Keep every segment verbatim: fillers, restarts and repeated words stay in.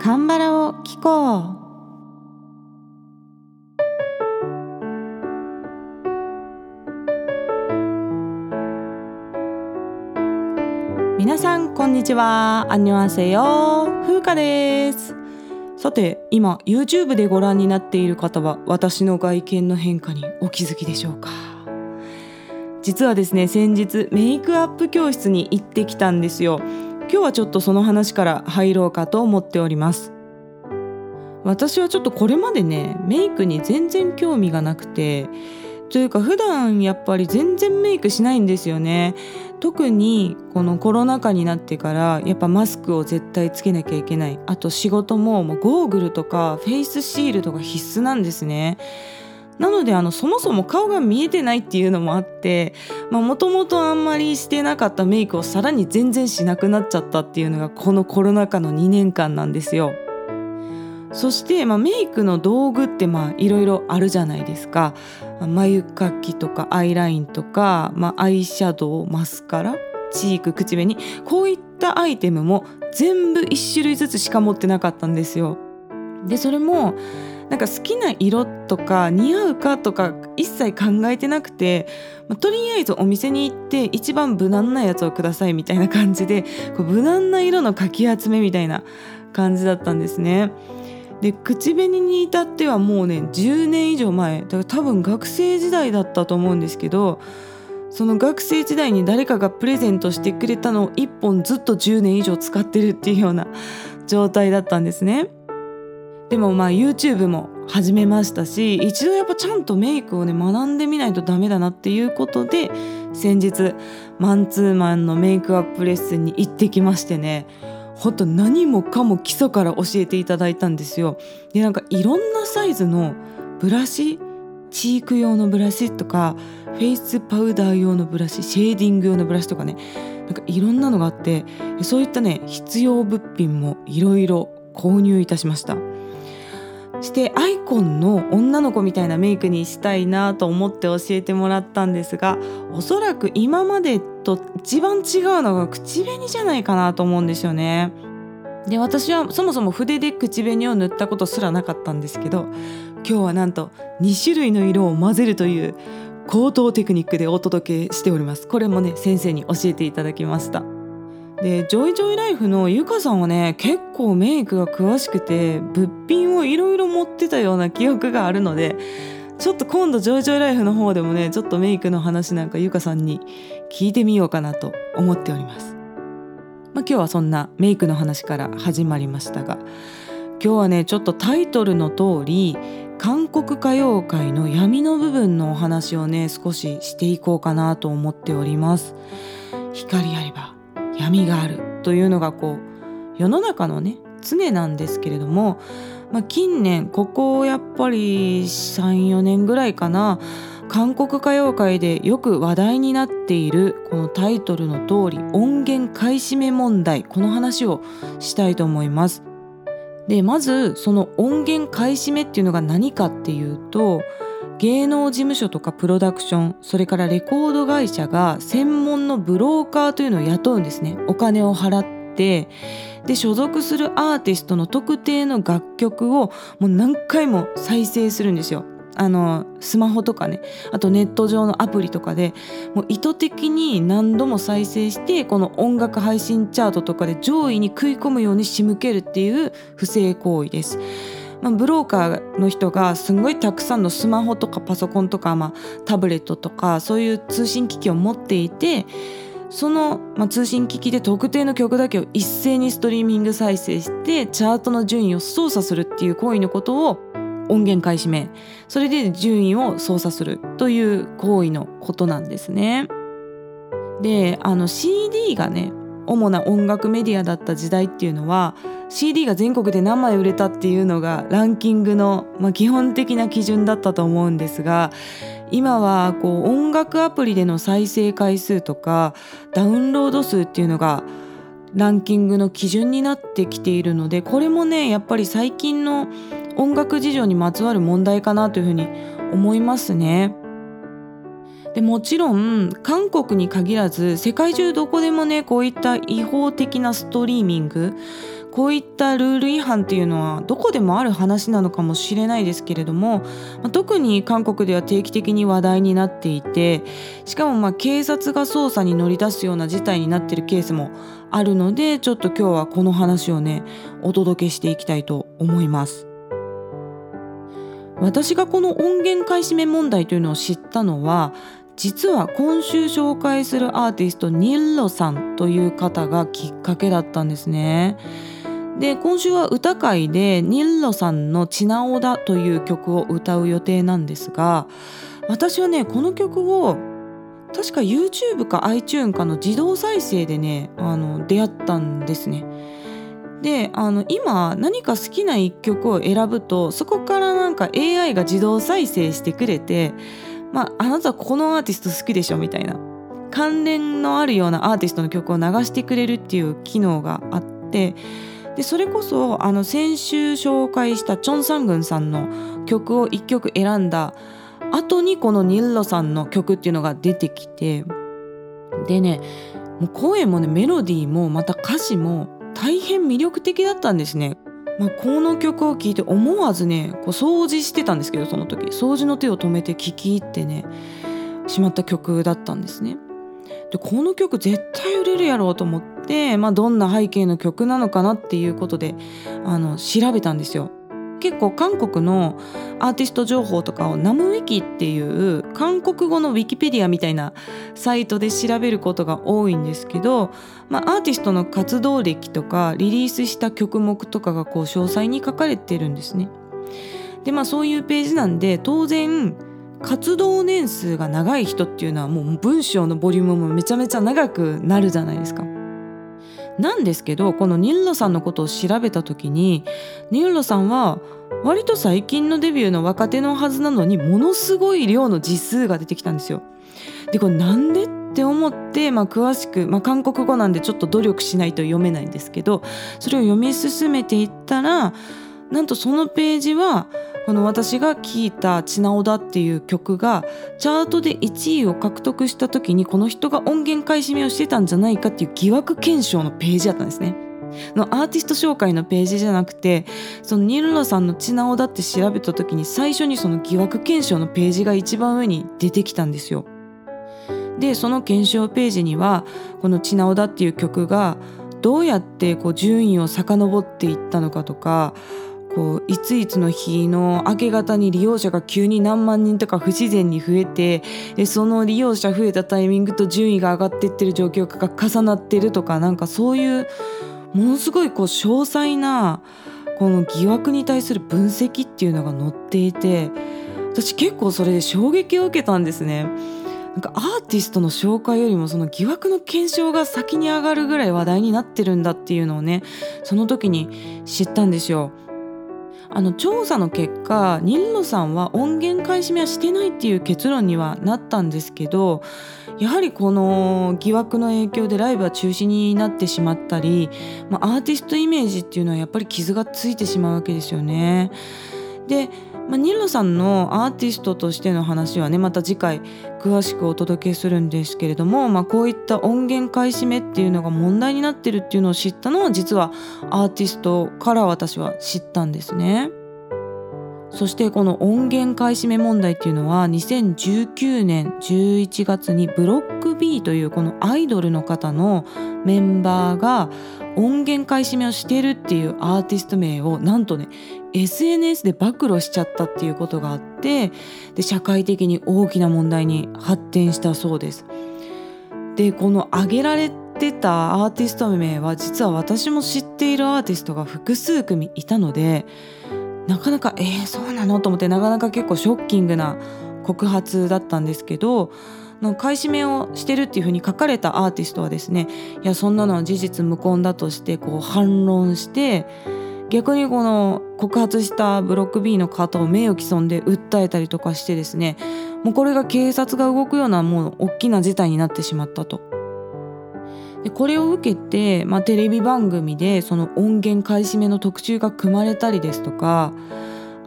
カンバラを聞こう。皆さんこんにちは。アンニョンハセヨ、風花です。さて、今 YouTube でご覧になっている方は私の外見の変化にお気づきでしょうか。実はですね、先日メイクアップ教室に行ってきたんですよ。今日はちょっとその話から入ろうかと思っております。私はちょっとこれまでね、メイクに全然興味がなくて、というか普段やっぱり全然メイクしないんですよね。特にこのコロナ禍になってからやっぱマスクを絶対つけなきゃいけない。あと仕事ももうゴーグルとかフェイスシールドが必須なんですね。なのであのそもそも顔が見えてないっていうのもあって、もともとあんまりしてなかったメイクをさらに全然しなくなっちゃったっていうのがこのコロナ禍のにねんかんなんですよ。そして、まあ、メイクの道具ってまあいろいろあるじゃないですか。眉かきとかアイラインとか、まあ、アイシャドウ、マスカラ、チーク、口紅、こういったアイテムも全部いち種類ずつしか持ってなかったんですよ。でそれもなんか好きな色とか似合うかとか一切考えてなくて、まあ、とりあえずお店に行って一番無難なやつをくださいみたいな感じで、こう無難な色のかき集めみたいな感じだったんですね。で口紅に至ってはもうねじゅうねん以上前だから、多分学生時代だったと思うんですけど、その学生時代に誰かがプレゼントしてくれたのをいっぽんずっとじゅうねん以上使ってるっていうような状態だったんですね。でもまあ YouTube も始めましたし、一度やっぱちゃんとメイクをね学んでみないとダメだなっていうことで、先日マンツーマンのメイクアップレッスンに行ってきましてね、本当何もかも基礎から教えていただいたんですよ。でなんかいろんなサイズのブラシ、チーク用のブラシとかフェイスパウダー用のブラシ、シェーディング用のブラシとかね、なんかいろんなのがあって、そういったね必要物品もいろいろ購入いたしました。してアイコンの女の子みたいなメイクにしたいなと思って教えてもらったんですが、おそらく今までと一番違うのが口紅じゃないかなと思うんですよね。で私はそもそも筆で口紅を塗ったことすらなかったんですけど、今日はなんとに種類の色を混ぜるという高等テクニックでお届けしております。これもね先生に教えていただきました。でジョイジョイライフのゆかさんはね結構メイクが詳しくて物品をいろいろ持ってたような記憶があるので、ちょっと今度ジョイジョイライフの方でもねちょっとメイクの話なんかゆかさんに聞いてみようかなと思っております。まあ、今日はそんなメイクの話から始まりましたが、今日はねちょっとタイトルの通り韓国歌謡界の闇の部分のお話をね少ししていこうかなと思っております。光あれば闇があるというのがこう世の中のね常なんですけれども、まあ、近年ここやっぱり さん,よ 年ぐらいかな、韓国歌謡界でよく話題になっているこのタイトルの通り音源買い占め問題、この話をしたいと思います。でまずその音源買い占めっていうのが何かっていうと、芸能事務所とかプロダクション、それからレコード会社が専門のブローカーというのを雇うんですね。お金を払って、で所属するアーティストの特定の楽曲をもう何回も再生するんですよ。あのスマホとかね、あとネット上のアプリとかでもう意図的に何度も再生して、この音楽配信チャートとかで上位に食い込むように仕向けるっていう不正行為です。まあ、ブローカーの人がすごいたくさんのスマホとかパソコンとか、まあ、タブレットとかそういう通信機器を持っていて、その、まあ、通信機器で特定の曲だけを一斉にストリーミング再生してチャートの順位を操作するっていう行為のことを音源買い占め、それで順位を操作するという行為のことなんですね。であの シーディー がね主な音楽メディアだった時代っていうのは シーディー が全国で何枚売れたっていうのがランキングの、まあ、基本的な基準だったと思うんですが、今はこう音楽アプリでの再生回数とかダウンロード数っていうのがランキングの基準になってきているので、これもねやっぱり最近の音楽事情にまつわる問題かなというふうに思いますね。でもちろん韓国に限らず世界中どこでもねこういった違法的なストリーミング、 こういったルール違反っていうのはどこでもある話なのかもしれないですけれども、まあ、特に韓国では定期的に話題になっていて、しかもまあ警察が捜査に乗り出すような事態になっているケースもあるので、ちょっと今日はこの話をねお届けしていきたいと思います。私がこの音源買い占め問題というのを知ったのは、実は今週紹介するアーティストニッロさんという方がきっかけだったんですね。で、今週は歌会でニッロさんのチナオダという曲を歌う予定なんですが、私はねこの曲を確か YouTube か iTunes かの自動再生でねあの出会ったんですね。で、あの今何か好きな一曲を選ぶと、そこからなんか エーアイ が自動再生してくれて、まあ、あなたはこのアーティスト好きでしょみたいな関連のあるようなアーティストの曲を流してくれるっていう機能があって、でそれこそあの先週紹介したチョン・サングンさんの曲をいっきょく選んだ後にこのニッロさんの曲っていうのが出てきて、でねもう声もねメロディーもまた歌詞も大変魅力的だったんですね。まあ、この曲を聴いて思わずねこう掃除してたんですけど、その時掃除の手を止めて聴き入ってねしまった曲だったんですね。でこの曲絶対売れるやろうと思って、まあ、どんな背景の曲なのかなっていうことであの調べたんですよ。結構韓国のアーティスト情報とかをナムウィキっていう韓国語のウィキペディアみたいなサイトで調べることが多いんですけど、まあ、アーティストの活動歴とかリリースした曲目とかがこう詳細に書かれてるんですね。で、まあ、そういうページなんで当然活動年数が長い人っていうのはもう文章のボリュームもめちゃめちゃ長くなるじゃないですか。なんですけどこのニッロさんのことを調べた時に、ニッロさんは割と最近のデビューの若手のはずなのにものすごい量の字数が出てきたんですよ。でこれなんでって思って、まあ、詳しく、まあ、韓国語なんでちょっと努力しないと読めないんですけど、それを読み進めていったらなんとそのページはこの私が聴いたチナオダっていう曲がチャートでいちいを獲得した時にこの人が音源買い占めをしてたんじゃないかっていう疑惑検証のページだったんですね。のアーティスト紹介のページじゃなくて、そのニルロさんのチナオダって調べた時に最初にその疑惑検証のページが一番上に出てきたんですよ。でその検証ページにはこのチナオダっていう曲がどうやってこう順位を遡っていったのかとか、こういついつの日の明け方に利用者が急に何万人とか不自然に増えて、でその利用者増えたタイミングと順位が上がっていってる状況が重なってるとか、なんかそういうものすごいこう詳細なこの疑惑に対する分析っていうのが載っていて、私結構それで衝撃を受けたんですね。なんかアーティストの紹介よりもその疑惑の検証が先に上がるぐらい話題になってるんだっていうのをねその時に知ったんですよ。あの調査の結果ニッロさんは音源買い占めはしてないっていう結論にはなったんですけど、やはりこの疑惑の影響でライブは中止になってしまったり、まあ、アーティストイメージっていうのはやっぱり傷がついてしまうわけですよね。で、まあ、ニッロさんのアーティストとしての話はねまた次回詳しくお届けするんですけれども、まあ、こういった音源買い占めっていうのが問題になってるっていうのを知ったのは実はアーティストから私は知ったんですね。そしてこの音源買い占め問題っていうのはにせんじゅうきゅうねんじゅういちがつにブロック B というこのアイドルの方のメンバーが音源買い占めをしてるっていうアーティスト名をなんとね エスエヌエス で暴露しちゃったっていうことがあって、で社会的に大きな問題に発展したそうです。でこの挙げられてたアーティスト名は実は私も知っているアーティストが複数組いたので、なかなかえー、そうなのと思ってなかなか結構ショッキングな告発だったんですけど、買い占めをしてるっていう風に書かれたアーティストはですね、いやそんなのは事実無根だとしてこう反論して、逆にこの告発したブロック B の方を名誉毀損で訴えたりとかしてですね、もうこれが警察が動くようなもう大きな事態になってしまったと。でこれを受けて、まあ、テレビ番組でその音源買い占めの特集が組まれたりですとか、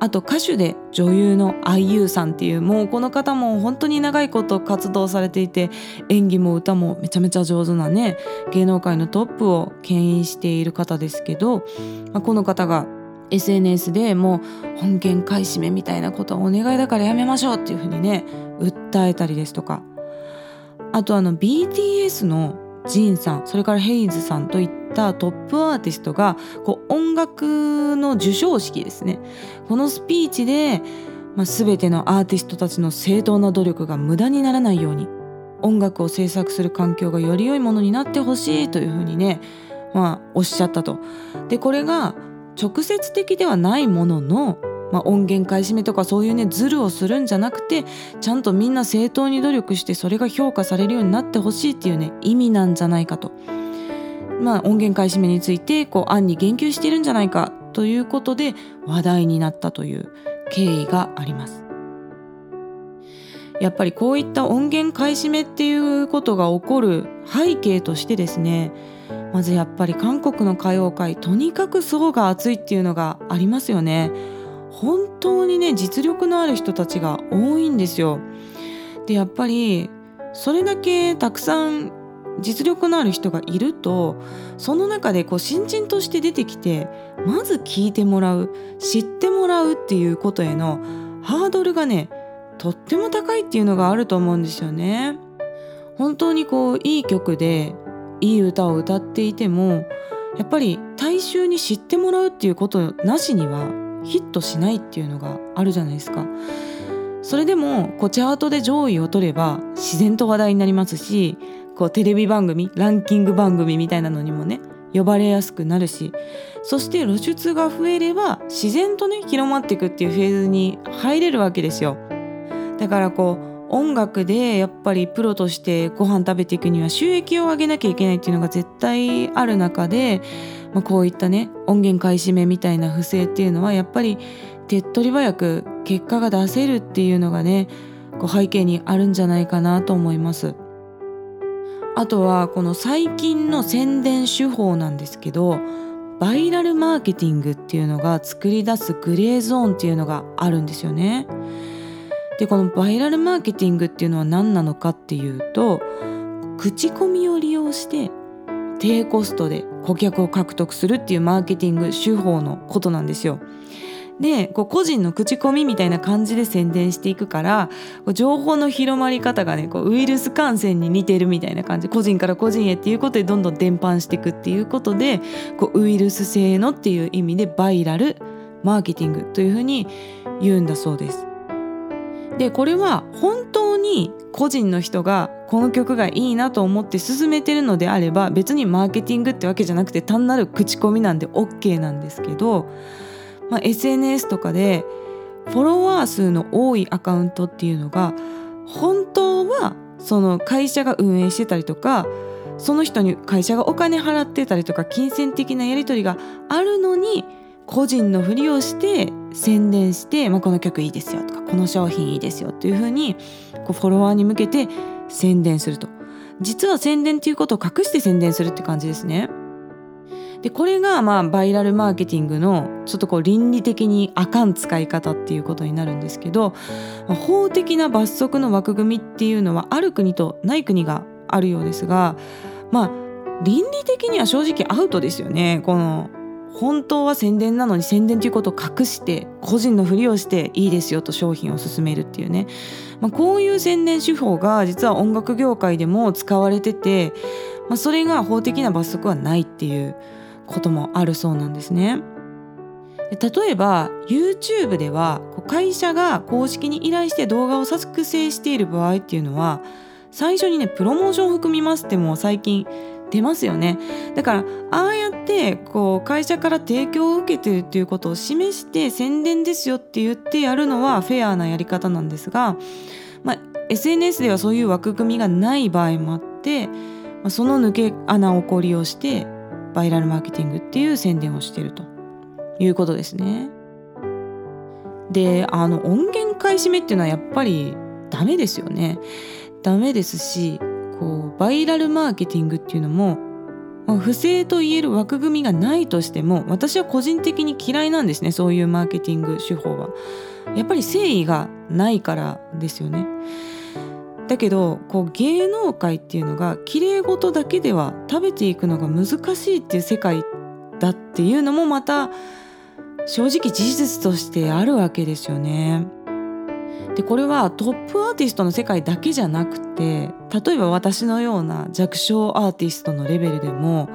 あと歌手で女優のアイユーさんっていう、もうこの方も本当に長いこと活動されていて、演技も歌もめちゃめちゃ上手なね、芸能界のトップを牽引している方ですけど、まあ、この方が エスエヌエス でもう本権買い占めみたいなことはお願いだからやめましょうっていうふうにね訴えたりですとか、あとあの ビーティーエス のジンさん、それからヘイズさんといったトップアーティストがこう音楽の授賞式ですね、このスピーチで、まあ、全てのアーティストたちの正当な努力が無駄にならないように、音楽を制作する環境がより良いものになってほしいというふうにね、まあ、おっしゃったと。でこれが直接的ではないものの、まあ、音源買い占めとかそういうねズルをするんじゃなくて、ちゃんとみんな正当に努力してそれが評価されるようになってほしいっていうね意味なんじゃないかと、まあ、音源買い占めについてこう案に言及しているんじゃないかということで話題になったという経緯があります。やっぱりこういった音源買い占めっていうことが起こる背景としてですね、まずやっぱり韓国の歌謡界、とにかく層が厚いっていうのがありますよね。本当にね実力のある人たちが多いんですよ。でやっぱりそれだけたくさん実力のある人がいると、その中でこう新人として出てきてまず聞いてもらう、知ってもらうっていうことへのハードルがねとっても高いっていうのがあると思うんですよね。本当にこういい曲でいい歌を歌っていても、やっぱり大衆に知ってもらうっていうことなしにはヒットしないっていうのがあるじゃないですか。それでもこうチャートで上位を取れば自然と話題になりますし、こうテレビ番組、ランキング番組みたいなのにもね呼ばれやすくなるし、そして露出が増えれば自然とね広まっていくっていうフェーズに入れるわけですよ。だからこう音楽でやっぱりプロとしてご飯食べていくには収益を上げなきゃいけないっていうのが絶対ある中で、まあ、こういったね音源買い占めみたいな不正っていうのはやっぱり手っ取り早く結果が出せるっていうのがねこう背景にあるんじゃないかなと思います。あとはこの最近の宣伝手法なんですけど、バイラルマーケティングっていうのが作り出すグレーゾーンっていうのがあるんですよね。でこのバイラルマーケティングっていうのは何なのかっていうと、口コミを利用して低コストで顧客を獲得するっていうマーケティング手法のことなんですよ。でこう個人の口コミみたいな感じで宣伝していくから、こう情報の広まり方がねこうウイルス感染に似てるみたいな感じ、個人から個人へっていうことでどんどん伝播していくっていうことで、こうウイルス性のっていう意味でバイラルマーケティングというふうに言うんだそうです。でこれは本当に個人の人がこの曲がいいなと思って進めてるのであれば、別にマーケティングってわけじゃなくて単なる口コミなんで OK なんですけど、まあ、エスエヌエス とかでフォロワー数の多いアカウントっていうのが本当はその会社が運営してたりとか、その人に会社がお金払ってたりとか金銭的なやり取りがあるのに、個人のふりをして宣伝して、まあ、この曲いいですよとかこの商品いいですよっていう風にこうフォロワーに向けて宣伝すると、実は宣伝っていうことを隠して宣伝するって感じですね。でこれがまあバイラルマーケティングのちょっとこう倫理的にあかん使い方っていうことになるんですけど、まあ、法的な罰則の枠組みっていうのはある国とない国があるようですが、まあ倫理的には正直アウトですよね。この本当は宣伝なのに宣伝ということを隠して個人のふりをしていいですよと商品を勧めるっていうね、まあ、こういう宣伝手法が実は音楽業界でも使われてて、まあ、それが法的な罰則はないっていうこともあるそうなんですね。で例えば YouTube では会社が公式に依頼して動画を作成している場合っていうのは最初にねプロモーションを含みますってもう最近出ますよね。だからああやってこう会社から提供を受けてるっていうことを示して宣伝ですよって言ってやるのはフェアなやり方なんですが、まあ、エスエヌエス ではそういう枠組みがない場合もあって、まあ、その抜け穴をこう利用してバイラルマーケティングっていう宣伝をしているということですね。であの音源買い占めっていうのはやっぱりダメですよね。ダメですし、こうバイラルマーケティングっていうのもまあ不正と言える枠組みがないとしても、私は個人的に嫌いなんですね。そういうマーケティング手法はやっぱり誠意がないからですよね。だけどこう芸能界っていうのが綺麗事だけでは食べていくのが難しいっていう世界だっていうのもまた正直事実としてあるわけですよね。でこれはトップアーティストの世界だけじゃなくて、例えば私のような弱小アーティストのレベルでも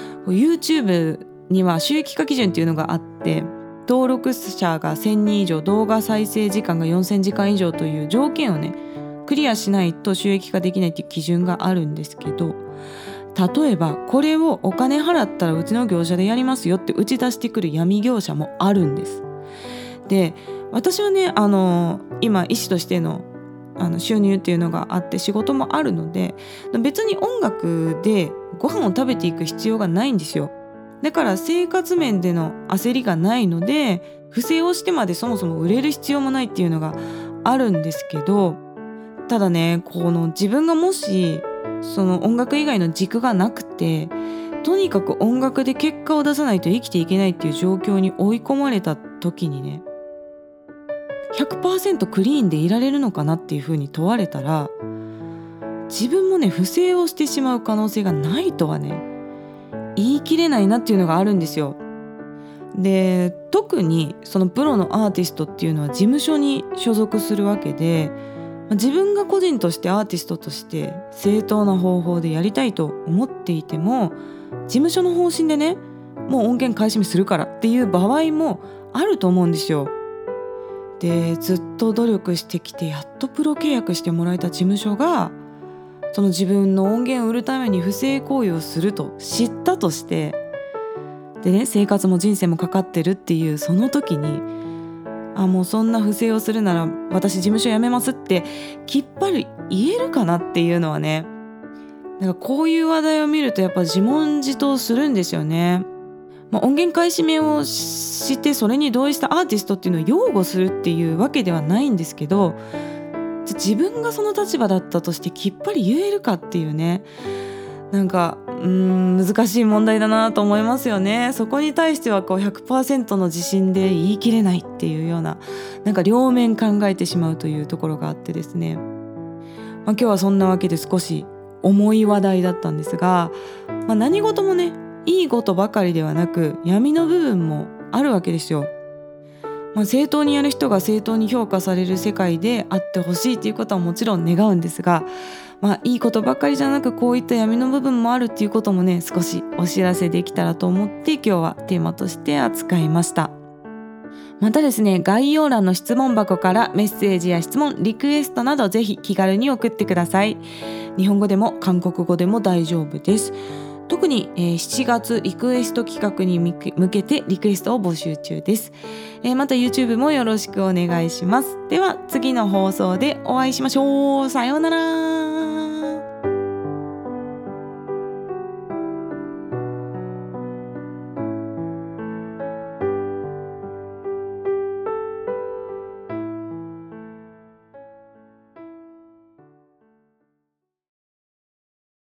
YouTube には収益化基準っていうのがあって、登録者がせんにん以上、動画再生時間がよんせんじかん以上という条件をねクリアしないと収益化できないっていう基準があるんですけど、例えばこれをお金払ったらうちの業者でやりますよって打ち出してくる闇業者もあるんです。で私はねあの今医師としてのあの収入っていうのがあって仕事もあるので、別に音楽でご飯を食べていく必要がないんですよ。だから生活面での焦りがないので、不正をしてまでそもそも売れる必要もないっていうのがあるんですけど、ただねこの自分がもしその音楽以外の軸がなくて、とにかく音楽で結果を出さないと生きていけないっていう状況に追い込まれた時にね、 ひゃくパーセント クリーンでいられるのかなっていうふうに問われたら、自分もね不正をしてしまう可能性がないとはね言い切れないなっていうのがあるんですよ。で特にそのプロのアーティストっていうのは事務所に所属するわけで、自分が個人としてアーティストとして正当な方法でやりたいと思っていても、事務所の方針でねもう音源買い占めするからっていう場合もあると思うんですよ。でずっと努力してきてやっとプロ契約してもらえた事務所がその自分の音源を売るために不正行為をすると知ったとして、でね生活も人生もかかってるっていうその時に、あもうそんな不正をするなら私事務所辞めますってきっぱり言えるかなっていうのはね、なんかこういう話題を見るとやっぱ自問自答するんですよね。まあ、音源買い占めをしてそれに同意したアーティストっていうのを擁護するっていうわけではないんですけど、自分がその立場だったとしてきっぱり言えるかっていうね、なんかうーん難しい問題だなと思いますよね。そこに対してはこう ひゃくパーセント の自信で言い切れないっていうような、なんか両面考えてしまうというところがあってですね、まあ、今日はそんなわけで少し重い話題だったんですが、まあ、何事もねいいことばかりではなく闇の部分もあるわけですよ。まあ、正当にやる人が正当に評価される世界であってほしいということはもちろん願うんですが、まあ、いいことばっかりじゃなくこういった闇の部分もあるっていうこともね少しお知らせできたらと思って今日はテーマとして扱いました。またですね、概要欄の質問箱からメッセージや質問、リクエストなどぜひ気軽に送ってください。日本語でも韓国語でも大丈夫です。特に、えー、しちがつリクエスト企画に向けてリクエストを募集中です。えー、また YouTube もよろしくお願いします。では次の放送でお会いしましょう。さようなら。